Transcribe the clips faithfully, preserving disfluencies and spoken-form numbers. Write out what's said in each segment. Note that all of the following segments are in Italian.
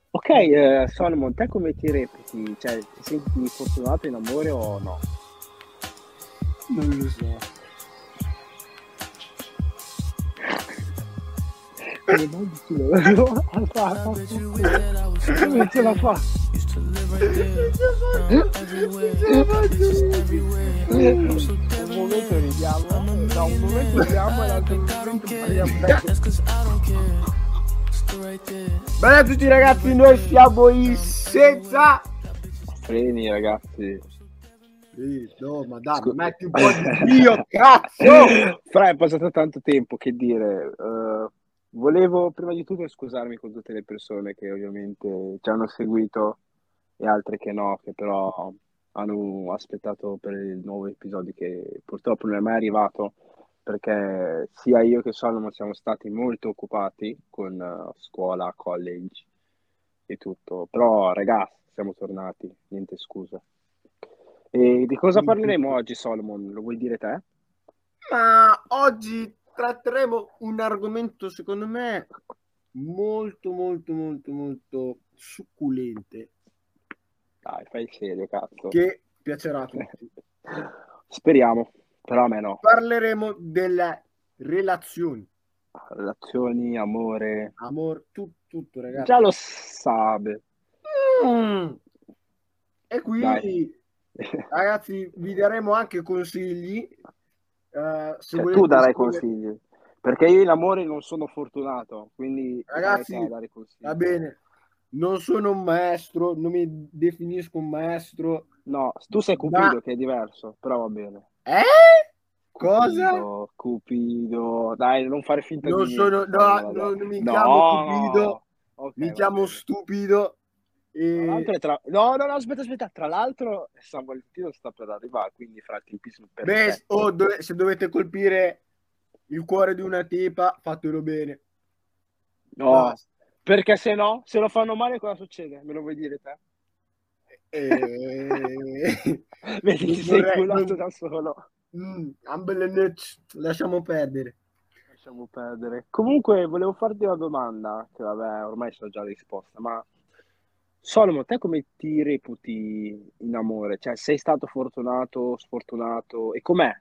Ok, eh, Solomon, te come ti reputi? Cioè, ti senti fortunato in amore o no? Non lo so. Come mai dici no? No, fa, fa, fa culo. Non ce la fa. Non ce la faccio. Un momento ridiamo, no, un momento ridiamo e l'altro momento parliamo da... Bene a tutti ragazzi, noi siamo i senza... Freni, ragazzi. Sì, no, ma dai, ma Scu- metti un po' di Dio, cazzo! Fra, è passato tanto tempo, che dire. eh, volevo prima di tutto scusarmi con tutte le persone che ovviamente ci hanno seguito e altre che no, che però hanno aspettato per il nuovo episodio che purtroppo non è mai arrivato perché sia io che Solomon siamo stati molto occupati con eh, scuola, college e tutto. Però ragazzi, siamo tornati, niente scuse. E di cosa parleremo oggi, Solomon? Lo vuoi dire te? Ma oggi tratteremo un argomento secondo me molto molto molto molto succulente Dai, fai il serio, cazzo. che piacerà a tutti. Speriamo, però a me no. Parleremo delle relazioni, Relazioni, amore, amore, tu- tutto già ragazzi. lo sape. Mm. E Dai. qui ragazzi vi daremo anche consigli eh, se Cioè, tu volete darai scrivere. consigli. Perché io in amore non sono fortunato, quindi sarai te a Ragazzi, dare va consigli. bene, non sono un maestro, non mi definisco un maestro, No, tu sei ma Cupido, che è diverso, però va bene. eh? Cosa? Cupido, Cupido. Dai, non fare finta di Non niente, sono, no, Solomon, dai. no, non mi chiamo Cupido, No! Ok, mi va chiamo bene. Stupido Tra l'altro e è tra... No, no, no, aspetta, aspetta. Tra l'altro San Valentino sta per arrivare, quindi fra il tempismo beh, oh, perfetto. dove- se dovete colpire il cuore di una tipa, fatelo bene. No, Basta. perché se no, se lo fanno male cosa succede? Me lo vuoi dire te? E... Vedi, non ti sei vorrei, culato non... da solo. Mm, Amber and Nuts, lasciamo perdere. Lasciamo perdere. Comunque, volevo farti una domanda, che vabbè, ormai so già la risposta, ma Solomon, te come ti reputi in amore? Cioè, sei stato fortunato, sfortunato? E com'è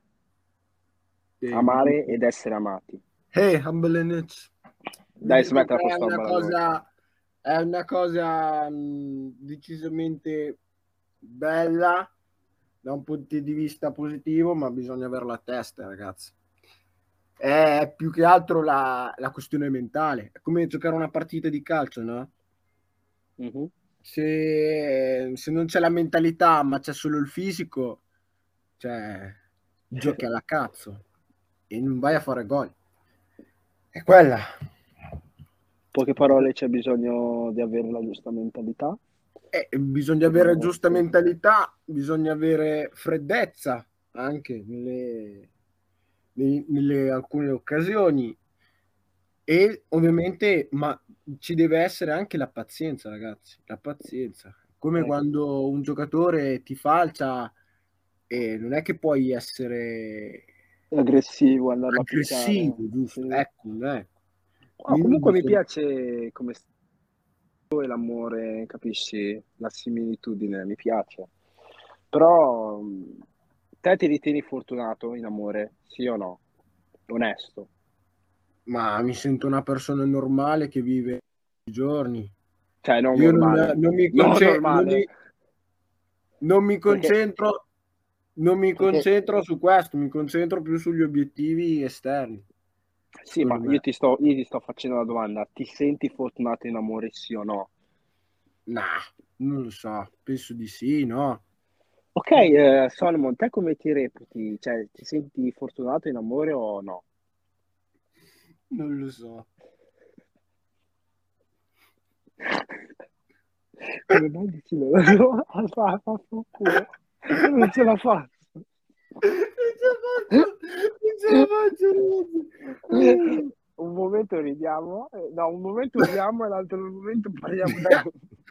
E mi amare dico, ed essere amati? hey, Amber and Nuts. Vi Dai, dico smettila che con è sto una baraglio. cosa, è una cosa mh, decisamente bella da un punto di vista positivo, ma bisogna avere la testa, ragazzi. È più che altro la, la questione mentale. È come giocare una partita di calcio, no? Mhm. Se, se non c'è la mentalità, ma c'è solo il fisico, cioè, giochi alla cazzo e non vai a fare gol. È quella. Poche parole, c'è bisogno di avere la giusta mentalità Eh, bisogna per una avere giusta relazione. mentalità, bisogna avere freddezza anche nelle, nei- nelle alcune occasioni e ovviamente, ma ci deve essere anche la pazienza, ragazzi, la pazienza. Come Eh, quando un giocatore ti falcia e non è che puoi essere è aggressivo, andarlo a aggressivo, picchiare. giusto? Sì. Ecco, ecco. No, Quindi comunque mi bisogna... piace come e l'amore, capisci? La similitudine, mi piace. Però mh, te ti ritieni fortunato in amore, sì o no? Onesto. Ma mi sento una persona normale che vive i giorni. Cioè, non Io non, normale. non mi No, conce- non normale. mi- non mi Perché, concentro, non mi perché concentro su questo, mi concentro più sugli obiettivi esterni, sì, ma secondo io me. ti sto, io ti sto facendo una domanda. Ti senti fortunato in amore, sì o no? Nah, non lo so, penso di sì, no? Ok, eh, Solomon, te come ti reputi? Cioè, ti senti fortunato in amore o no? Non lo so. Come mai dici no? No, fa, fa, fa culo. Non ce la faccio. Non ce la faccio, non ce la faccio, ragazzi. Un momento ridiamo, eh, no, un momento urliamo e l'altro momento parliamo da...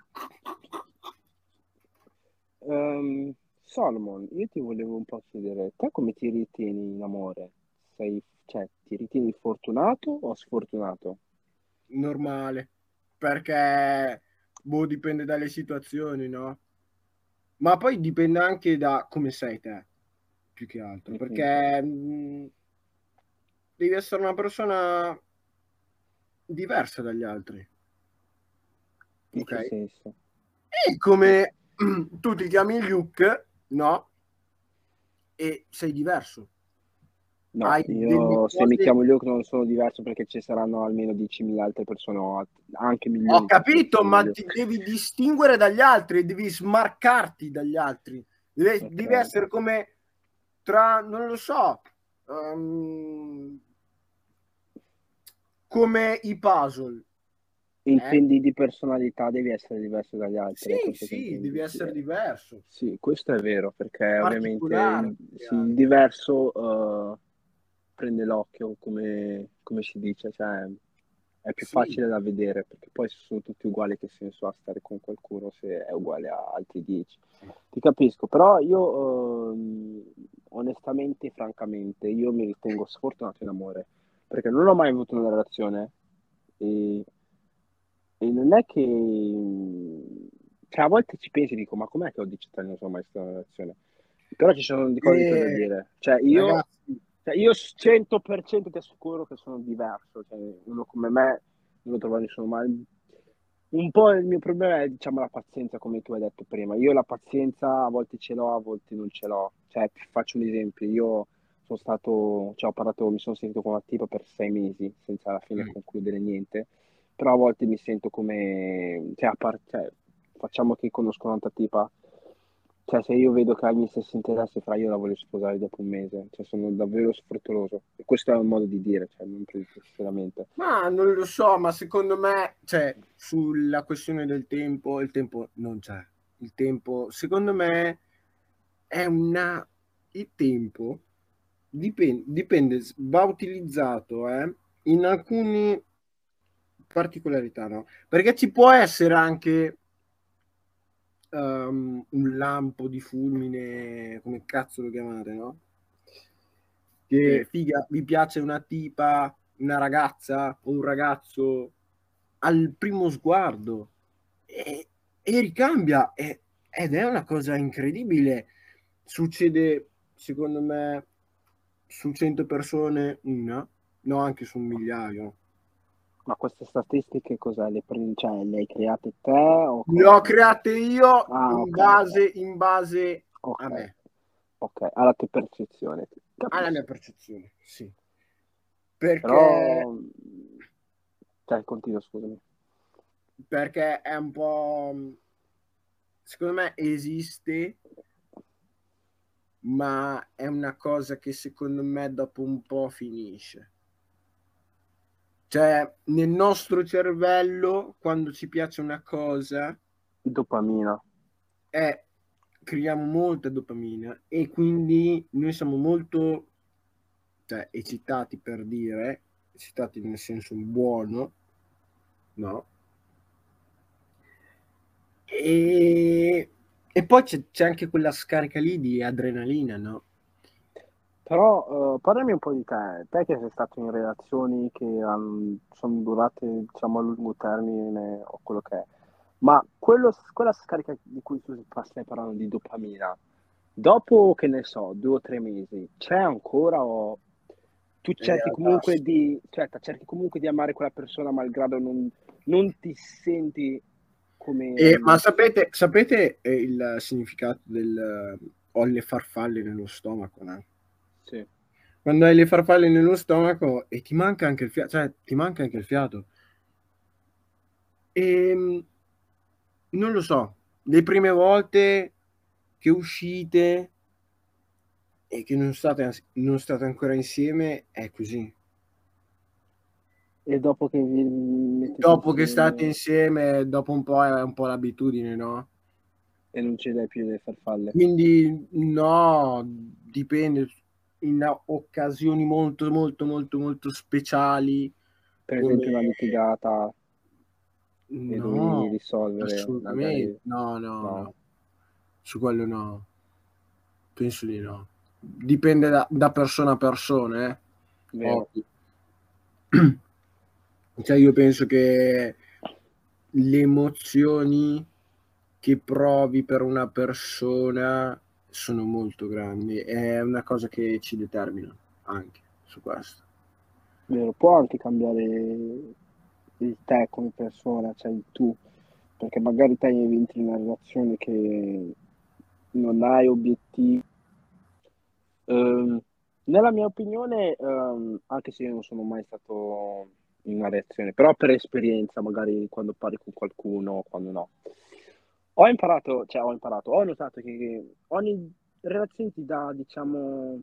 Ehm, Solomon, io ti volevo un po' chiedere, te come ti ritieni in amore? Sei, cioè, ti ritieni fortunato o sfortunato? Normale, perché boh, dipende dalle situazioni, no? Ma poi dipende anche da come sei te, più che altro, Mhm. perché mh, devi essere una persona diversa dagli altri, In ok? che senso? E come tu ti chiami Luke, no? E sei diverso. No, Hai delle io se mi cose. chiamo Luke non sono diverso perché ci saranno almeno diecimila altre persone, o alt- anche Ho milioni di persone che si capito, chiamano ma Luke. ti devi distinguere dagli altri, devi smarcarti dagli altri. Devi, Ok. devi essere come tra, non lo so, um, come i puzzle. Eh? Intendi di personalità devi essere diverso dagli altri, è Sì, questo che sì, intendi. devi Sì, essere eh, diverso, sì, questo è vero, perché ovviamente particolare. il, sì, il diverso eh, prende l'occhio, come, come si dice, cioè è più Sì, facile da vedere, perché poi se sono tutti uguali, che senso ha stare con qualcuno se è uguale a altri dieci? sì. Ti capisco, però io ehm, onestamente, francamente, io mi ritengo sfortunato in amore, perché non ho mai avuto una relazione e, e non è che... Cioè, a volte ci pensi e dico, ma com'è che ho diciotto anni e non sono mai stato in una relazione? Però ci sono di cose di cui da E, dire. Cioè, io, ragazzi, cioè, io cento per cento ti assicuro che sono diverso. Cioè, uno come me non lo trovo nessuno, ma un po' il mio problema è, diciamo, la pazienza, come tu hai detto prima. Io la pazienza a volte ce l'ho, a volte non ce l'ho. Cioè, ti faccio un esempio. Io sono stato, cioè, ho parlato, mi sono sentito con una tipa per sei mesi, senza alla fine mm, concludere niente. Però a volte mi sento come, cioè, a par- cioè, facciamo che conosco un'altra tipa, cioè se io vedo che ha i miei stessi interessi fra io la voglio sposare dopo un mese, cioè sono davvero sfruttoloso. E questo è un modo di dire, cioè non preso sinceramente. ma non lo so, ma secondo me, cioè, sulla questione del tempo, il tempo non c'è. Il tempo, secondo me, è una... Il tempo dipende, dipende va utilizzato eh, in alcune particolarità, no? Perché ci può essere anche um, un lampo di fulmine, come cazzo lo chiamate, no? Sì. Che figa, vi piace una tipa, una ragazza o un ragazzo al primo sguardo e, e ricambia e, ed è una cosa incredibile. Succede, secondo me, su cento persone una, no, anche su un migliaio. Ma queste statistiche cos'è? Le, pre- cioè, le hai create te o Le ho cosa? create io Ah, in ok, base, in base ok, a me, ok, alla tua percezione, alla mia capisco. percezione, sì. Perché, Però, cioè, continuo, scusami. perché è un po', secondo me esiste, ma è una cosa che secondo me dopo un po' finisce. Cioè, nel nostro cervello, quando ci piace una cosa, Dopamina. è, creiamo molta dopamina e quindi noi siamo molto, cioè, eccitati per dire, eccitati nel senso buono, no? E, e poi c'è, c'è anche quella scarica lì di adrenalina, no? Però eh, parlami un po' di te, te che sei stato in relazioni che han- sono durate diciamo a lungo termine o quello che è, ma quello- quella scarica di cui tu stai parlando di dopamina, dopo che ne so, due o tre mesi, c'è ancora o tu In cerchi realtà comunque sì. di, cioè, cerchi comunque di amare quella persona malgrado non, non ti senti come E, ma all'inizio? sapete, sapete eh, il significato del eh, ho le farfalle nello stomaco, no? Sì. Quando hai le farfalle nello stomaco e ti manca anche il fiato, cioè ti manca anche il fiato. E non lo so, le prime volte che uscite e che non state, non state ancora insieme è così. E dopo che vi mettete Dopo che state insieme insieme, dopo un po' è un po' l'abitudine, no? e non ce l'hai più le farfalle, Quindi no, dipende in occasioni molto molto molto molto speciali per come esempio una litigata e dovevi no, risolvere, assolutamente magari no, no, no, no, su quello no, penso di no. Dipende da, da persona a persona, eh. vero? Ovvio. Cioè io penso che le emozioni che provi per una persona sono molto grandi, è una cosa che ci determina anche su questo. Vero, può anche cambiare il te come persona, cioè il tu, perché magari te entri in una relazione che non hai obiettivi. Ehm, nella mia opinione, ehm, anche se io non sono mai stato in una reazione, però per esperienza, magari quando parli con qualcuno, quando no, ho imparato, cioè ho imparato, ho notato che ogni relazione ti dà, diciamo,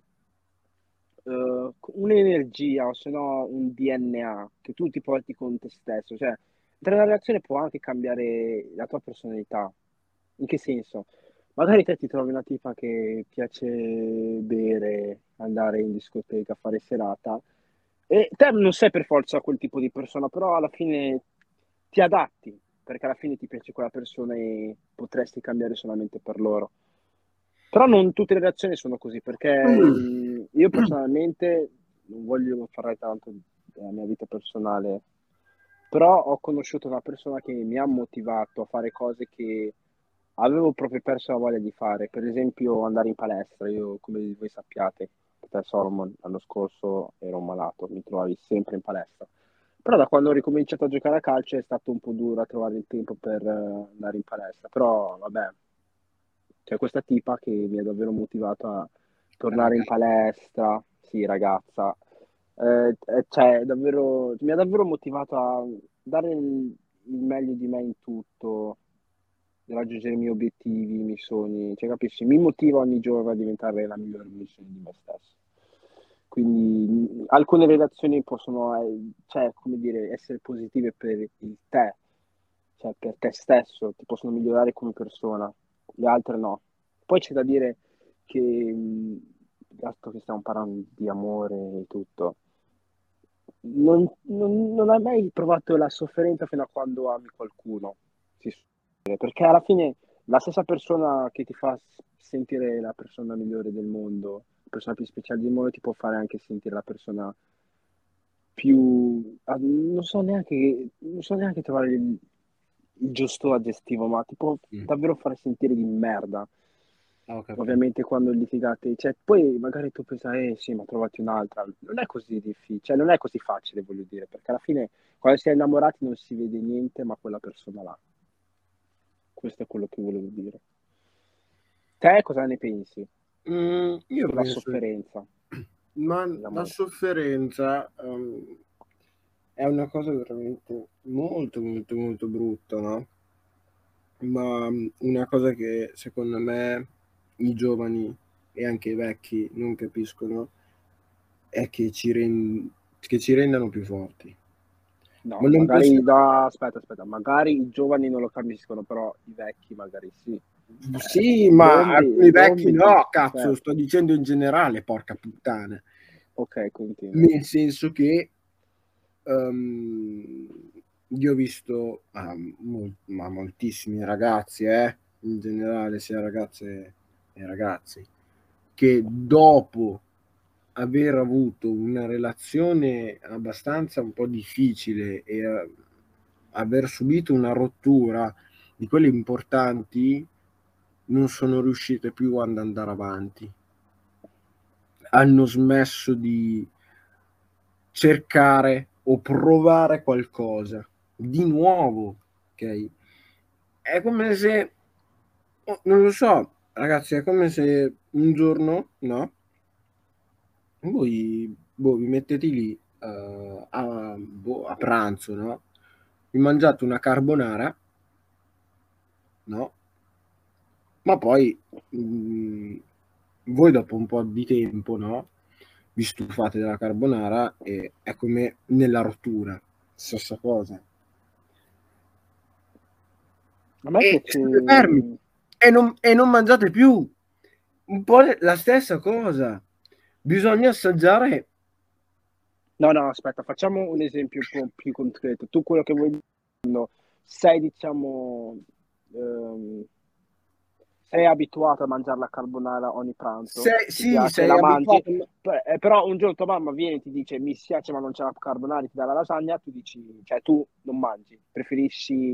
eh, un'energia o se no un D N A che tu ti porti con te stesso, cioè tra una relazione può anche cambiare la tua personalità. In che senso? Magari te ti trovi una tipa che piace bere, andare in discoteca, fare serata, e te non sei per forza quel tipo di persona, però alla fine ti adatti, perché alla fine ti piace quella persona e potresti cambiare solamente per loro. Però non tutte le relazioni sono così, perché mh, io personalmente non voglio parlare tanto della mia vita personale, però ho conosciuto una persona che mi ha motivato a fare cose che avevo proprio perso la voglia di fare. Per esempio andare in palestra. Io, come voi sappiate, per Solomon, l'anno scorso ero malato, mi trovavi sempre in palestra. Però da quando ho ricominciato a giocare a calcio è stato un po' duro a trovare il tempo per eh, andare in palestra. Però vabbè, c'è questa tipa che mi ha davvero motivato a tornare in Ragazzi, palestra, sì, ragazza. Eh, eh, cioè, davvero, mi ha davvero motivato a dare il, il meglio di me in tutto, di raggiungere i miei obiettivi, i miei sogni, cioè, capisci? Mi motiva ogni giorno a diventare la migliore versione di me stesso. Quindi mh, alcune relazioni possono, eh, cioè, come dire, essere positive per il te, cioè per te stesso, ti possono migliorare come persona, le altre no. Poi c'è da dire che, mh, dato che stiamo parlando di amore e tutto, non, non, non hai mai provato la sofferenza fino a quando ami qualcuno, si suol dire, perché alla fine la stessa persona che ti fa s- sentire la persona migliore del mondo, la persona più speciale del mondo, ti può fare anche sentire la persona più, ah, non so neanche, non so neanche trovare il, il giusto aggettivo, ma ti può mm, davvero fare sentire di merda. ho capito. Ovviamente quando litigate, cioè, poi magari tu pensi, eh sì, ma trovati un'altra. Non è così difficile, cioè, non è così facile, voglio dire, perché alla fine quando si è innamorati non si vede niente, ma quella persona là. Questo è quello che volevo dire. Te cosa ne pensi Mm, io sulla penso, sofferenza ma la dell'amore? sofferenza ehm, è una cosa veramente molto, molto, molto brutta, no? Ma mm, una cosa che secondo me i giovani e anche i vecchi non capiscono è che ci, ren- che ci rendano più forti. Ma No, non magari, possiamo... no, aspetta, aspetta, magari i giovani non lo capiscono, però i vecchi magari sì. Eh, Sì, ma bombi, alcuni vecchi bombi, no, cazzo, sto certo. dicendo in generale, porca puttana. Ok, continua. Nel senso che ehm, io ho visto ah, mol- ma moltissimi ragazzi, eh, in generale, sia ragazze e ragazzi, che dopo aver avuto una relazione abbastanza un po' difficile e eh, aver subito una rottura di quelle importanti, non sono riuscite più ad andare avanti. Hanno smesso di cercare o provare qualcosa di nuovo, ok? È come se, oh, non lo so, ragazzi, è come se un giorno, no? Voi boh, vi mettete lì eh, a, boh, a pranzo, no? Vi mangiate una carbonara, no? Ma poi mh, voi dopo un po' di tempo, no? Vi stufate della carbonara e è come nella rottura, stessa cosa. A me E piace. state fermi e non, e non mangiate più. Un po' la stessa cosa. Bisogna assaggiare. No, no, aspetta, facciamo un esempio un po' più concreto. Tu quello che vuoi dire, sei, diciamo, ehm, sei abituato a mangiare la carbonara ogni pranzo, Se, ti sì, piace, sei la mangi, abituato. Ma- P- eh, però un giorno tua mamma viene e ti dice mi spiace ma non c'è la carbonara, ti dà la lasagna, tu dici, cioè tu non mangi, preferisci,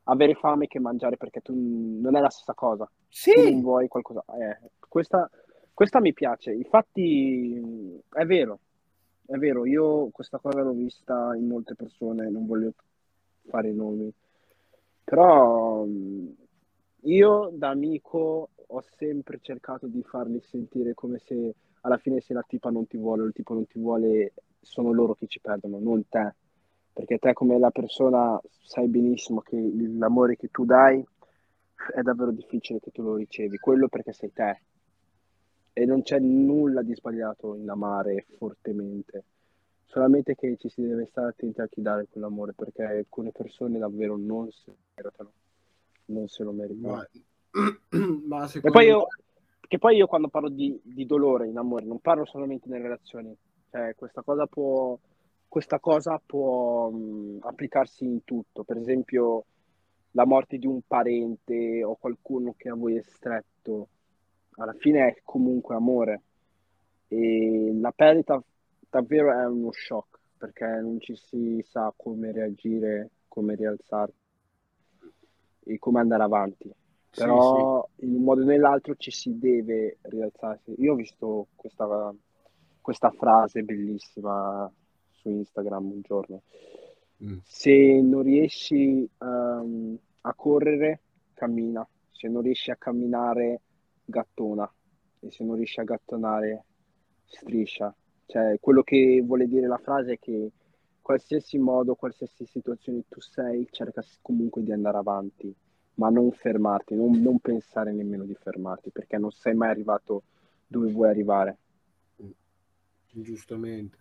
avere fame che mangiare perché tu non è la stessa cosa. Tu non Sì, vuoi qualcosa. Eh, questa, questa mi piace. Infatti, è vero, è vero, io questa cosa l'ho vista in molte persone, non voglio fare nomi, però mh, io da amico ho sempre cercato di farli sentire come se alla fine se la tipa non ti vuole o il tipo non ti vuole, sono loro che ci perdono, non te. Perché te come la persona sai benissimo che l'amore che tu dai è davvero difficile che tu lo ricevi, quello perché sei te. E non c'è nulla di sbagliato in amare fortemente, solamente che ci si deve stare attenti a chi dare quell'amore, perché alcune persone davvero non se lo meritano, non se lo meritano. ma, ma E poi secondo me io, che poi io quando parlo di, di dolore in amore, non parlo solamente nelle relazioni, cioè questa cosa può, questa cosa può mh, applicarsi in tutto, per esempio la morte di un parente o qualcuno che a voi è stretto, alla fine è comunque amore e la perdita davvero è uno shock perché non ci si sa come reagire, come rialzarsi e come andare avanti. sì, sì. Però in un modo o nell'altro ci si deve rialzarsi. Io ho visto questa, questa frase bellissima su Instagram un giorno. Mm. Se non riesci ehm, a correre, cammina. Se non riesci a camminare, gattona. E se non riesci a gattonare, striscia. Cioè, quello che vuole dire la frase è che qualsiasi modo, qualsiasi situazione tu sei, cerca comunque di andare avanti, ma non fermarti, non, non pensare nemmeno di fermarti, perché non sei mai arrivato dove vuoi arrivare. Giustamente.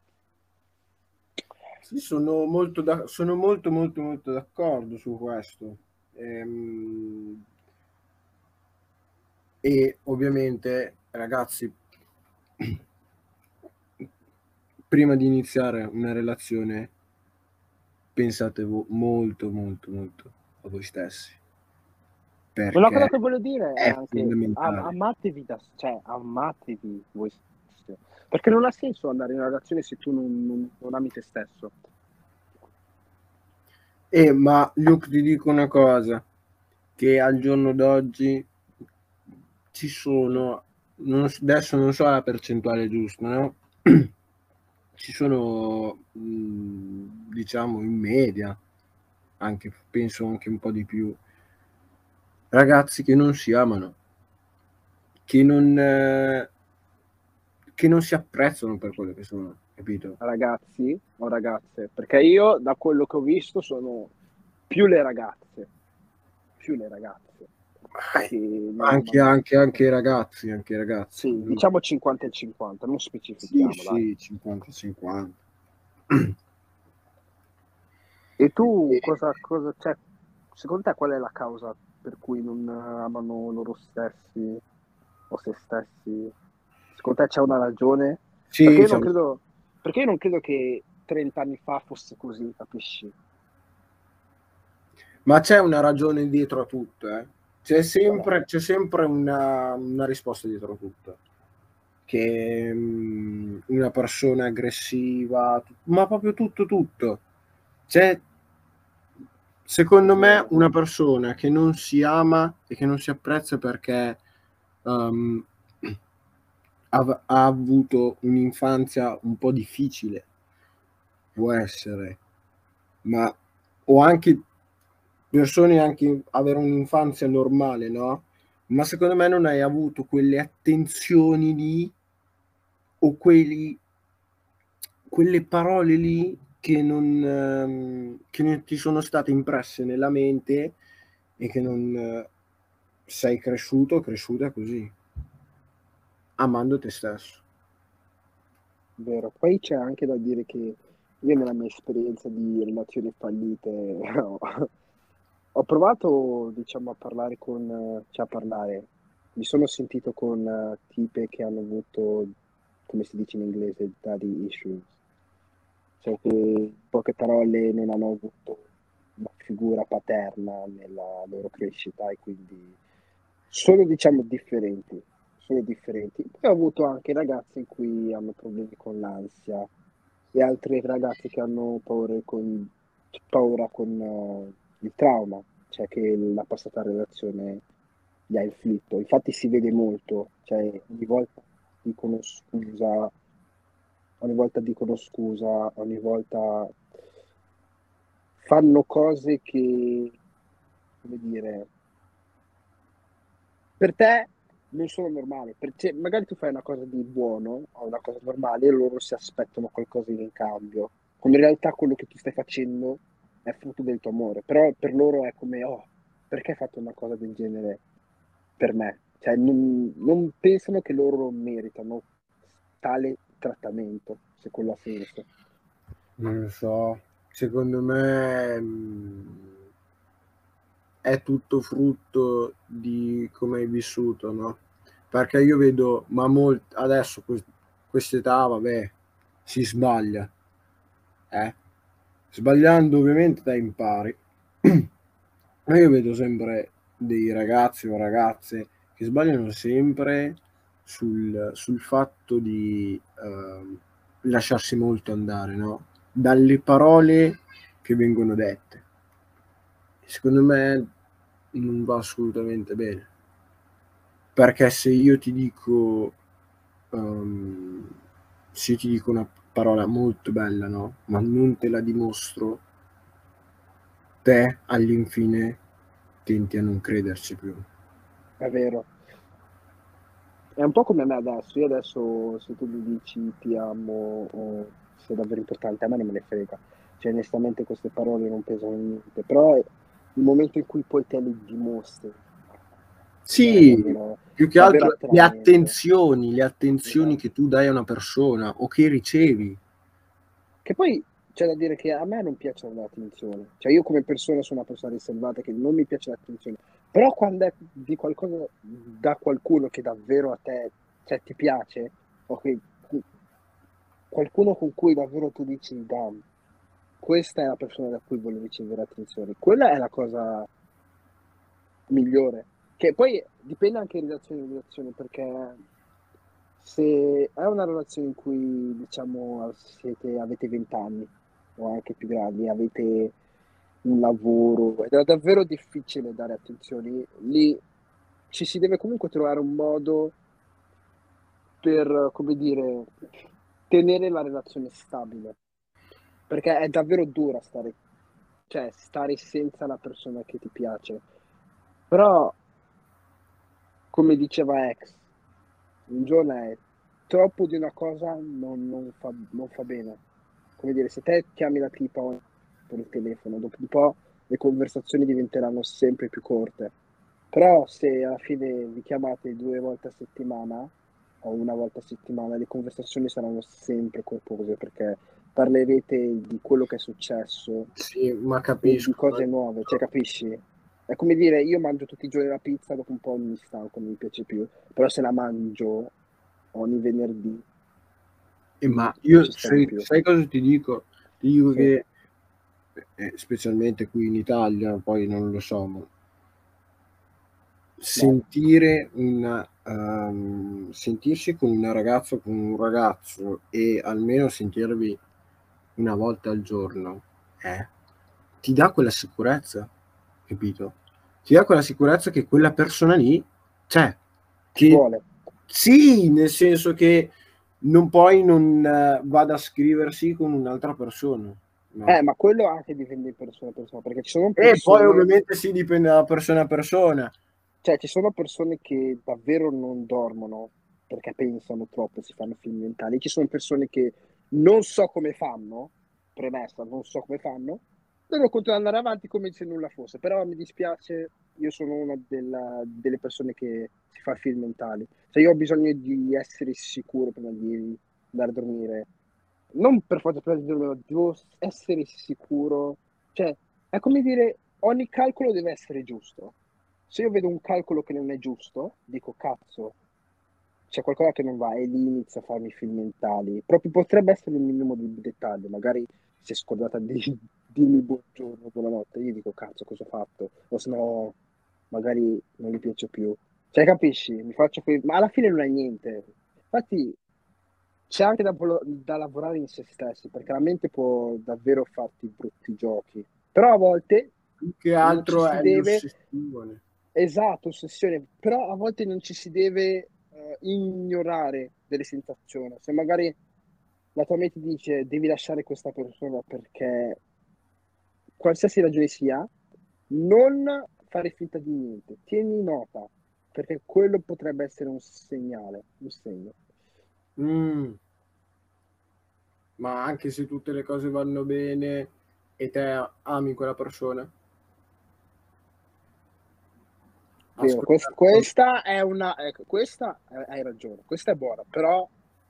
Sì, sono molto, da- sono molto, molto, molto d'accordo su questo. Ehm, E, ovviamente, ragazzi, prima di iniziare una relazione, pensate vo- molto, molto, molto a voi stessi, Una perché cosa che voglio dire è è anche am- fondamentale. amatevi, da, cioè amatevi voi stessi, perché non ha senso andare in una relazione se tu non, non- non ami te stesso. E ma Luke, ti dico una cosa, che al giorno d'oggi ci sono, non s- adesso non so la percentuale giusta, no? Ci sono, mh, diciamo, in media, anche, penso anche un po' di più, ragazzi che non si amano, che non, eh, che non si apprezzano per quello che sono, capito? Ragazzi o ragazze, perché io da quello che ho visto sono più le ragazze, più le ragazze che non Anche, amano. anche, anche i ragazzi, anche i ragazzi. Sì, diciamo cinquanta e cinquanta, non Sì, specifichiamo, dai. sì, cinquanta cinquanta. E tu cosa, cosa cioè, secondo te qual è la causa per cui non amano loro stessi o se stessi? Secondo te c'è una ragione? Perché Sì, io non c'è- credo, perché io non credo che trenta anni fa fosse così, capisci? ma c'è una ragione dietro a tutto, eh. C'è Qual è? sempre, c'è sempre una, una risposta dietro a tutto. Che mh, una persona aggressiva, ma proprio tutto, tutto. C'è, secondo me, Vero. una persona che non si ama e che non si apprezza perché um, ha, ha avuto un'infanzia un po' difficile, può essere, ma o anche persone anche avere un'infanzia normale, no? Ma secondo me non hai avuto quelle attenzioni lì o quelli, quelle parole lì che non, ehm, che non ti sono state impresse nella mente e che non eh, sei cresciuto o cresciuta così, amando te stesso. Vero, poi c'è anche da dire che io nella mia esperienza di relazioni fallite ho, ho provato, diciamo, a parlare con, eh, cioè a parlare, mi sono sentito con eh, tipe che hanno avuto, come si dice in inglese, daddy issues, cioè che in poche parole non hanno avuto una figura paterna nella loro crescita e quindi sono, diciamo, differenti, sono differenti. Poi ho avuto anche ragazze in cui hanno problemi con l'ansia e altre ragazze che hanno paura con, paura con eh, il trauma. cioè che la passata relazione gli ha inflitto. Infatti si vede molto, cioè ogni volta dicono scusa, ogni volta dicono scusa, ogni volta fanno cose che, come dire, per te non sono normali. Per- cioè, magari tu fai una cosa di buono o una cosa normale e loro si aspettano qualcosa in cambio. Quando in realtà quello che tu stai facendo è frutto del tuo amore. Però per loro è come, oh, perché hai fatto una cosa del genere per me? Cioè, non, non pensano che loro meritano tale trattamento, se quello ha senso. Non lo so, secondo me mh, è tutto frutto di come hai vissuto, no? Perché io vedo, ma molt- adesso que- quest'età, vabbè, si sbaglia, eh? Sbagliando ovviamente te impari. Ma io vedo sempre dei ragazzi o ragazze che sbagliano sempre sul, sul fatto di ehm, lasciarsi molto andare, no? Dalle parole che vengono dette. Secondo me non va assolutamente bene. Perché se io ti dico, ehm, se io ti dico una parola molto bella, no? Ma non te la dimostro, te all'infine tenti a non crederci più. È vero. È un po' come me adesso. Io adesso, se tu mi dici ti amo o sei davvero importante, a me non me ne frega. Cioè, onestamente queste parole non pesano niente. Però il momento in cui poi te le dimostri, allora è Sì, davvero, più che davvero altro le attraente. attenzioni, le attenzioni che Esatto. tu dai a una persona o che ricevi. Che poi c'è da dire che a me non piace l'attenzione. Cioè, io come persona sono una persona riservata che non mi piace l'attenzione. Però quando è di qualcosa da qualcuno che davvero a te, cioè, ti piace, o che qualcuno con cui davvero tu dici, damn, questa è la persona da cui voglio ricevere attenzione. Quella è la cosa migliore. Che poi dipende anche in relazione in relazione, perché se è una relazione in cui, diciamo, siete, avete venti anni o anche più grandi, avete un lavoro ed è davvero difficile dare attenzioni, lì ci si deve comunque trovare un modo per, come dire, tenere la relazione stabile, perché è davvero dura stare, cioè, stare senza la persona che ti piace. Però, come diceva ex, un giorno è troppo di una cosa non, non fa, non fa bene. Come dire, se te chiami la tipa per il telefono, dopo un po' le conversazioni diventeranno sempre più corte. Però se alla fine vi chiamate due volte a settimana o una volta a settimana, le conversazioni saranno sempre corpose perché parlerete di quello che è successo Sì, ma e di capisco. Ma cose nuove, cioè capisci? È come dire, io mangio tutti i giorni la pizza, dopo un po' mi stanco, non mi piace più, però se la mangio ogni venerdì Eh, mi, ma mi io ci sto di sai, più. sai cosa ti dico? Ti dico Sì, che, eh, specialmente qui in Italia, poi non lo so, ma vai. sentire una, ehm, sentirsi con una ragazza o con un ragazzo e almeno sentirvi una volta al giorno, eh, ti dà quella sicurezza, capito? Ti dà quella sicurezza che quella persona lì c'è, Ti che vuole. sì, nel senso che non poi non eh, vada a scriversi con un'altra persona, no? Eh, ma quello anche dipende da persona a persona, perché ci sono E poi persone, ovviamente sì, dipende da persona a persona. cioè ci sono persone che davvero non dormono perché pensano troppo, si fanno film mentali. Ci sono persone che non so come fanno, premessa, non so come fanno, devono continuare ad andare avanti come se nulla fosse. Però mi dispiace, io sono una della- delle persone che si fa film mentali. Cioè io ho bisogno di essere sicuro prima di andare a dormire. Non per forza prima di dormire, ma devo essere sicuro. Cioè, è come dire, ogni calcolo deve essere giusto. Se io vedo un calcolo che non è giusto, dico cazzo, c'è qualcosa che non va e lì inizio a farmi film mentali. Proprio potrebbe essere un minimo di dettaglio, magari si è scordata di dirmi buongiorno, buonanotte, io dico cazzo cosa ho fatto, o se no magari non gli piace più. Cioè capisci? Mi faccio quei... Ma alla fine non è niente. Infatti c'è anche da, volo- da lavorare in se stessi, perché la mente può davvero farti brutti giochi. Però a volte più che non ci altro si è deve... l'ossessione. Esatto, ossessione, però a volte non ci si deve eh, ignorare delle sensazioni. Se magari la tua mente dice devi lasciare questa persona perché qualsiasi ragione sia, non fare finta di niente, tieni nota, perché quello potrebbe essere un segnale, un segno. Mm, ma anche se tutte le cose vanno bene e te ami quella persona? Vero, quest- Ascoltare solo- questa è una, ecco, questa eh, hai ragione, questa è buona, però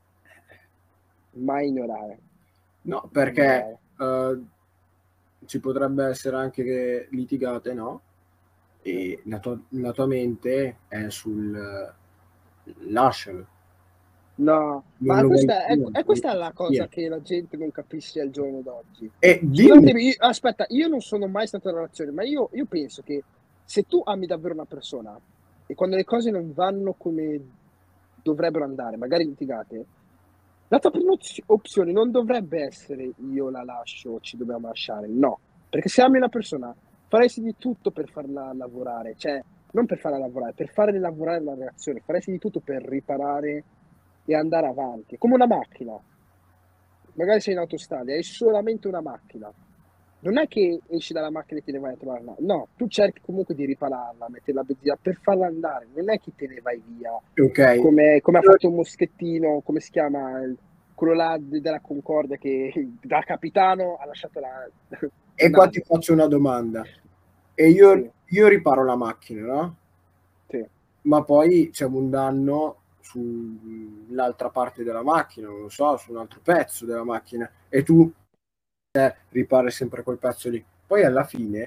mai ignorare, No, mai perché ignorare. eh, ci potrebbe essere anche che litigate, no? Sì. E la tua, la tua mente è sul eh, lascialo, No, non ma lo voglio questa è, più, non è voglio questa più la cosa sentire. che la gente non capisce al giorno d'oggi. E dimmi, Scusatemi, io- aspetta, io non sono mai stato in una relazione, ma io, io penso che se tu ami davvero una persona e quando le cose non vanno come dovrebbero andare, magari litigate, la tua prima oz- opzione non dovrebbe essere io la lascio, ci dobbiamo lasciare, no, perché se ami una persona faresti di tutto per farla lavorare, cioè non per farla lavorare, per fare lavorare la relazione, faresti di tutto per riparare e andare avanti, come una macchina. Magari sei in autostrada, hai solamente una macchina. Non è che esci dalla macchina e te ne vai a trovarla, no, tu cerchi comunque di ripararla, mettere la benzina per farla andare, non è che te ne vai via, ok, come, come ha fatto un moschettino, come si chiama, il- quello là de- della Concordia che da capitano ha lasciato la, la e qua ti nave. faccio una domanda. E io, Sì, io riparo la macchina, no? sì. Ma poi c'è un danno sull'altra parte della macchina, non lo so, su un altro pezzo della macchina, e tu eh, ripari sempre quel pezzo lì. Poi alla fine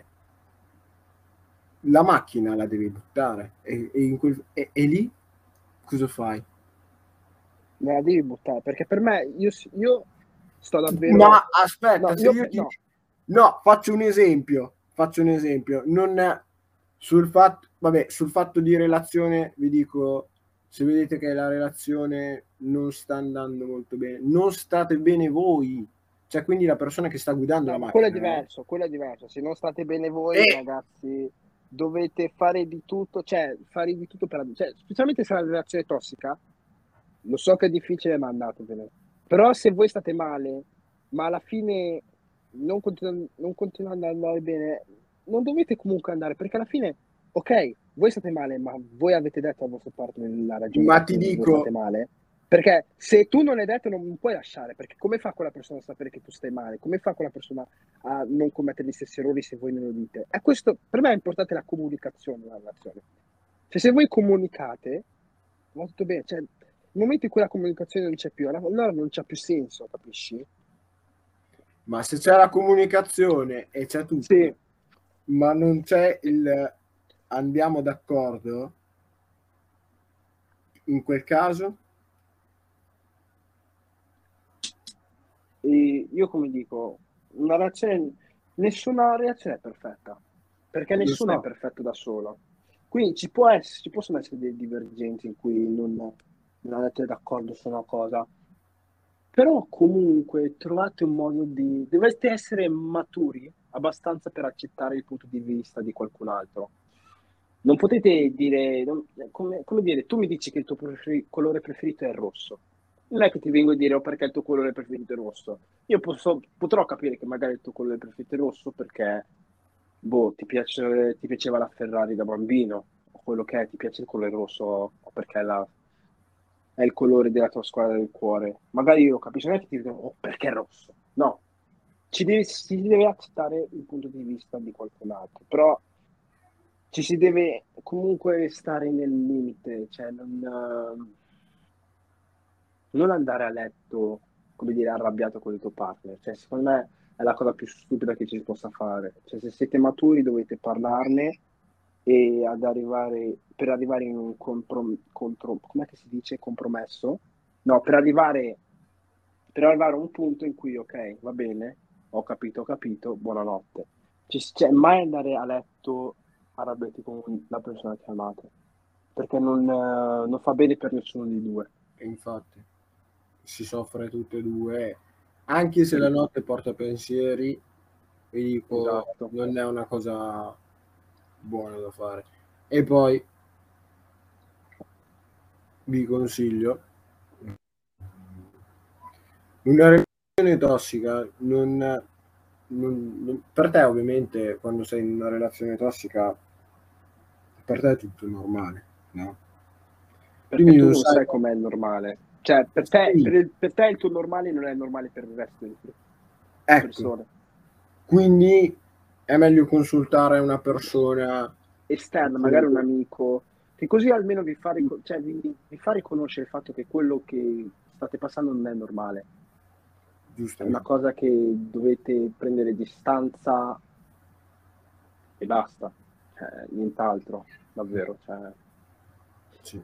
la macchina la devi buttare e, e, in quel, e, e lì cosa fai? Me la devi buttare, perché per me, io, io sto davvero... Ma No, aspetta, se io... io ti... No, No, faccio un esempio, faccio un esempio. Non è sul fatto, vabbè, sul fatto di relazione vi dico, se vedete che la relazione non sta andando molto bene, non state bene voi, cioè quindi la persona che sta guidando la no, ma quello è macchina, no? diverso, quello è diverso. Se non state bene E voi, ragazzi, dovete fare di tutto, cioè, fare di tutto per... Cioè, specialmente se è una relazione tossica, lo so che è difficile, ma andatevene. Però se voi state male, ma alla fine non continua, non continua ad andare bene, non dovete comunque andare, perché alla fine, ok, voi state male, ma voi avete detto al vostro partner la ragione ma per ti cui voi state dico, male. Perché se tu non l'hai detto non puoi lasciare, perché come fa quella persona a sapere che tu stai male? Come fa quella persona a non commettere gli stessi errori se voi non lo dite? E questo, per me è importante la comunicazione nella relazione. Cioè, se voi comunicate, va tutto bene. Cioè, nel momento in cui la comunicazione non c'è più, allora non c'ha più senso, capisci? ma se c'è la comunicazione e c'è Sì, tutto, ma non c'è il andiamo d'accordo, in quel caso, e io come dico, una relazione, nessuna relazione è perfetta, perché lo nessuno è so, perfetto da solo. Quindi ci può essere, ci possono essere delle divergenze in cui non, non andate d'accordo su una cosa, però comunque trovate un modo di... Dovreste essere maturi abbastanza per accettare il punto di vista di qualcun altro. Non potete dire, non- come, come dire, tu mi dici che il tuo preferi- colore preferito è il rosso. Non è che ti vengo a dire oh, perché il tuo colore preferito è il rosso. Io posso- potrò capire che magari il tuo colore preferito è il rosso perché, boh, ti piace, ti piaceva la Ferrari da bambino, o quello che è, ti piace il colore rosso, o perché è, la- è il colore della tua squadra del cuore. Magari io capisco, non è che ti dico, oh, perché è rosso? No, ci deve- si deve accettare il punto di vista di qualcun altro, però ci si deve comunque stare nel limite, cioè non, eh, non andare a letto, come dire, arrabbiato con il tuo partner. Cioè, secondo me è la cosa più stupida che ci si possa fare. Cioè, se siete maturi dovete parlarne e ad arrivare, per arrivare in un comprom- contro, com'è che si dice? Compromesso? No, per arrivare, per arrivare a un punto in cui, ok, va bene, ho capito, ho capito, buonanotte. Ci- cioè, mai andare a letto arrabbiati con la persona che amate, perché non, eh, non fa bene per nessuno dei due. e infatti si soffre tutte e due, anche se Sì, la notte porta pensieri, vi dico, esatto. non è una cosa buona da fare. E poi vi consiglio una relazione tossica, non, non, non, per te ovviamente quando sei in una relazione tossica per te è tutto normale, no? Perché Quindi tu non non sai, sai com'è il normale. Cioè, per te, sì, per, il- per te il tuo normale non è normale per il resto delle ecco, persone. quindi è meglio consultare una persona Esterna, magari un appunto, amico, che così almeno vi fa, rico- cioè, vi, vi fa riconoscere il fatto che quello che state passando non è normale. È una giustamente. cosa che dovete prendere distanza e basta. Cioè, nient'altro, davvero. Cioè. Sì.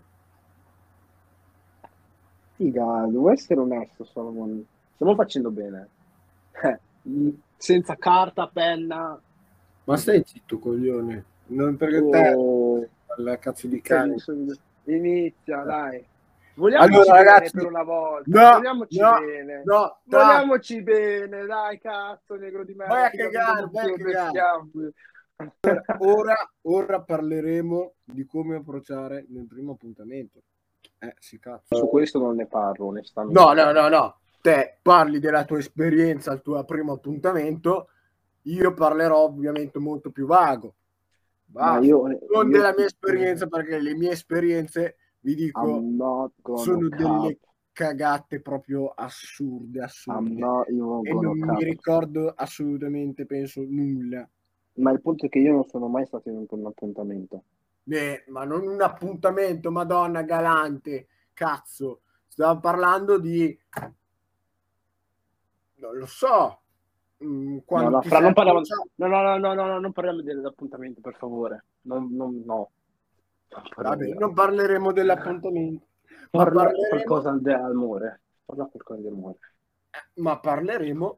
Figa, devo essere onesto, Solomon. Stiamo facendo bene. Eh, senza carta, penna. Ma stai zitto, coglione. Non perché te Oh, al cazzo di inizia, cane. inizia, dai. Vogliamoci Allora, bene per ragazzi, una volta. no, Vogliamoci no, bene. no, tra, Vogliamoci bene, dai, cazzo, negro di vai merda. a Finalmente cagare, non vai a più cagare. bestemmiamo. Allora, ora, ora parleremo di come approcciare nel primo appuntamento. Eh, sì, Su cazzo. questo non ne parlo, No, onestamente. no, no, no. Te parli della tua esperienza al tuo primo appuntamento, io parlerò ovviamente molto più vago. Ma Basta. io, Non io della mia ti esperienza, perché le mie esperienze, vi dico, I'm not gonna sono cap. delle cagate proprio assurde, I'm assurde. not even E gonna non mi cap. ricordo assolutamente, penso, nulla. Ma il punto è che io non sono mai stato in un appuntamento. Eh, ma non un appuntamento, Madonna galante, cazzo. Stavo parlando di, non lo so, mm, No, quando no, ti fra sei non parliamo. approcciato. No, no, no, no, no, no, non parliamo dell'appuntamento, per favore. Non, non, no. Non parliamo Vabbè, non dell'appuntamento. parleremo dell'appuntamento, ma Parla parleremo, qualcosa d'amore. Parla qualcosa di amore. ma parleremo,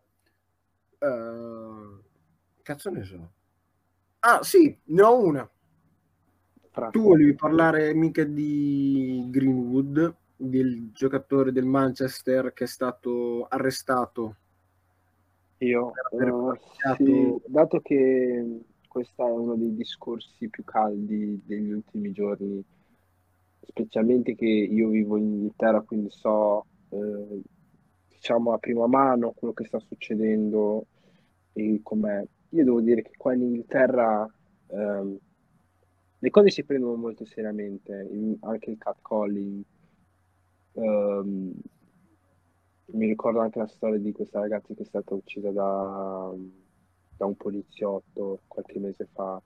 eh, cazzo ne so. Ah, sì, ne ho una. Fra Tu cosa? volevi parlare mica di Greenwood, del giocatore del Manchester che è stato arrestato Io, per aver eh, sì, pubblicato. dato che questo è uno dei discorsi più caldi degli ultimi giorni, specialmente che io vivo in Inghilterra, quindi so, eh, diciamo, a prima mano quello che sta succedendo e com'è. Io devo dire che qua in Inghilterra ehm, le cose si prendono molto seriamente, il- anche il catcalling. ehm, Mi ricordo anche la storia di questa ragazza che è stata uccisa da, da un poliziotto qualche mese fa.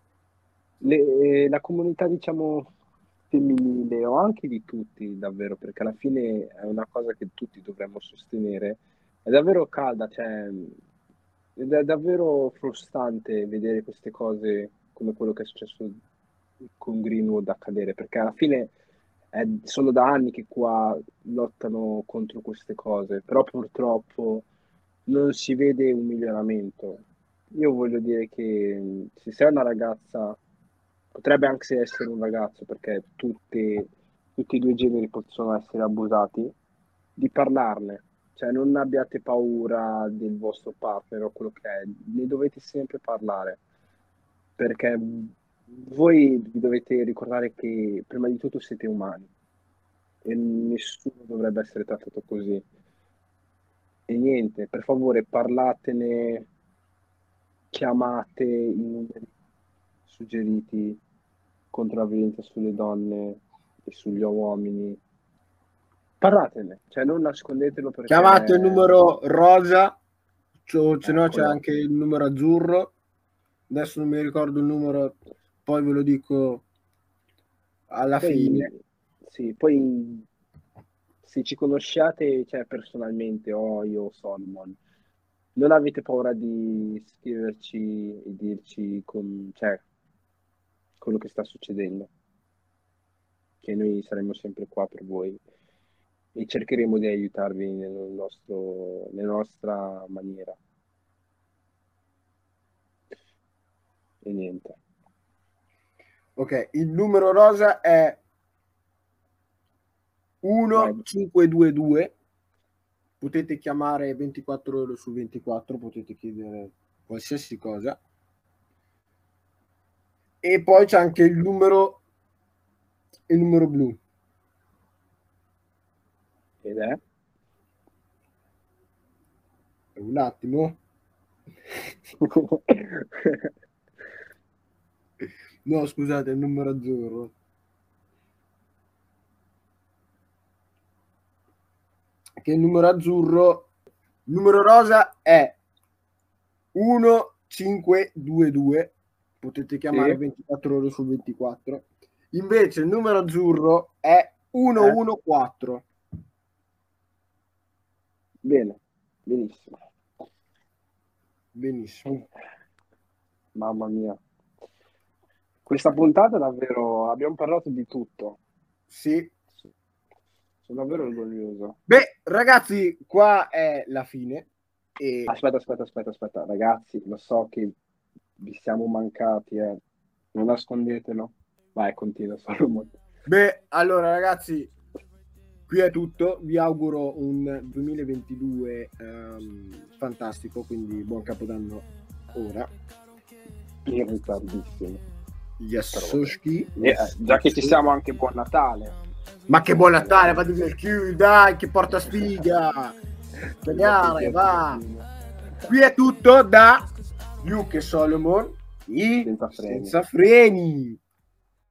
Le- la comunità, diciamo, femminile o anche di tutti, davvero, perché alla fine è una cosa che tutti dovremmo sostenere, è davvero calda, cioè, ed è davvero frustrante vedere queste cose come quello che è successo con Greenwood accadere, perché alla fine è solo da anni che qua lottano contro queste cose, però purtroppo non si vede un miglioramento. Io voglio dire che mh, se sei una ragazza, potrebbe anche essere un ragazzo, perché tutti, tutti i due generi possono essere abusati, di parlarne. Cioè, non abbiate paura del vostro partner o quello che è, ne dovete sempre parlare, perché voi vi dovete ricordare che prima di tutto siete umani e nessuno dovrebbe essere trattato così. E niente, per favore, parlatene, chiamate i numeri suggeriti contro la violenza sulle donne e sugli uomini. Parlatene, cioè non nascondetelo Chiamate il perché, numero rosa, o se no c'è eccolo, anche il numero azzurro. Adesso non mi ricordo il numero, poi ve lo dico alla fine. poi sì, poi se ci conosciate, cioè personalmente, o io o Solomon, non avete paura di scriverci e dirci con, cioè, quello che sta succedendo, che noi saremo sempre qua per voi e cercheremo di aiutarvi nel nostro, nella nostra maniera. E niente. Ok, il numero rosa è Vai. uno cinque due due. Potete chiamare ventiquattro ore su ventiquattro, potete chiedere qualsiasi cosa. E poi c'è anche il numero il numero blu. Ed è? Un attimo. No, scusate, il numero azzurro. Che il numero azzurro, il numero rosa è uno cinque due due. Potete chiamare Sì. ventiquattro ore su ventiquattro. Invece il numero azzurro è uno uno quattro. Bene, benissimo. Benissimo. Mamma mia. Questa puntata davvero abbiamo parlato di tutto. Sì. Sono davvero orgoglioso. Beh, ragazzi, qua è la fine. E... Aspetta, aspetta, aspetta, aspetta. Ragazzi, lo so che vi siamo mancati, eh. Non nascondetelo. Vai, continua, Solomon. Beh, allora ragazzi, qui è tutto. Vi auguro un duemilaventidue um, fantastico, quindi buon Capodanno ora. In ritardissimo. Yassoski. Eh, già che ci siamo, anche buon Natale. Ma che buon Natale, va di più, dai, che porta sfiga. Cagare, va. Qui è tutto da Luke e Solomon. I Senza freni. Senza freni.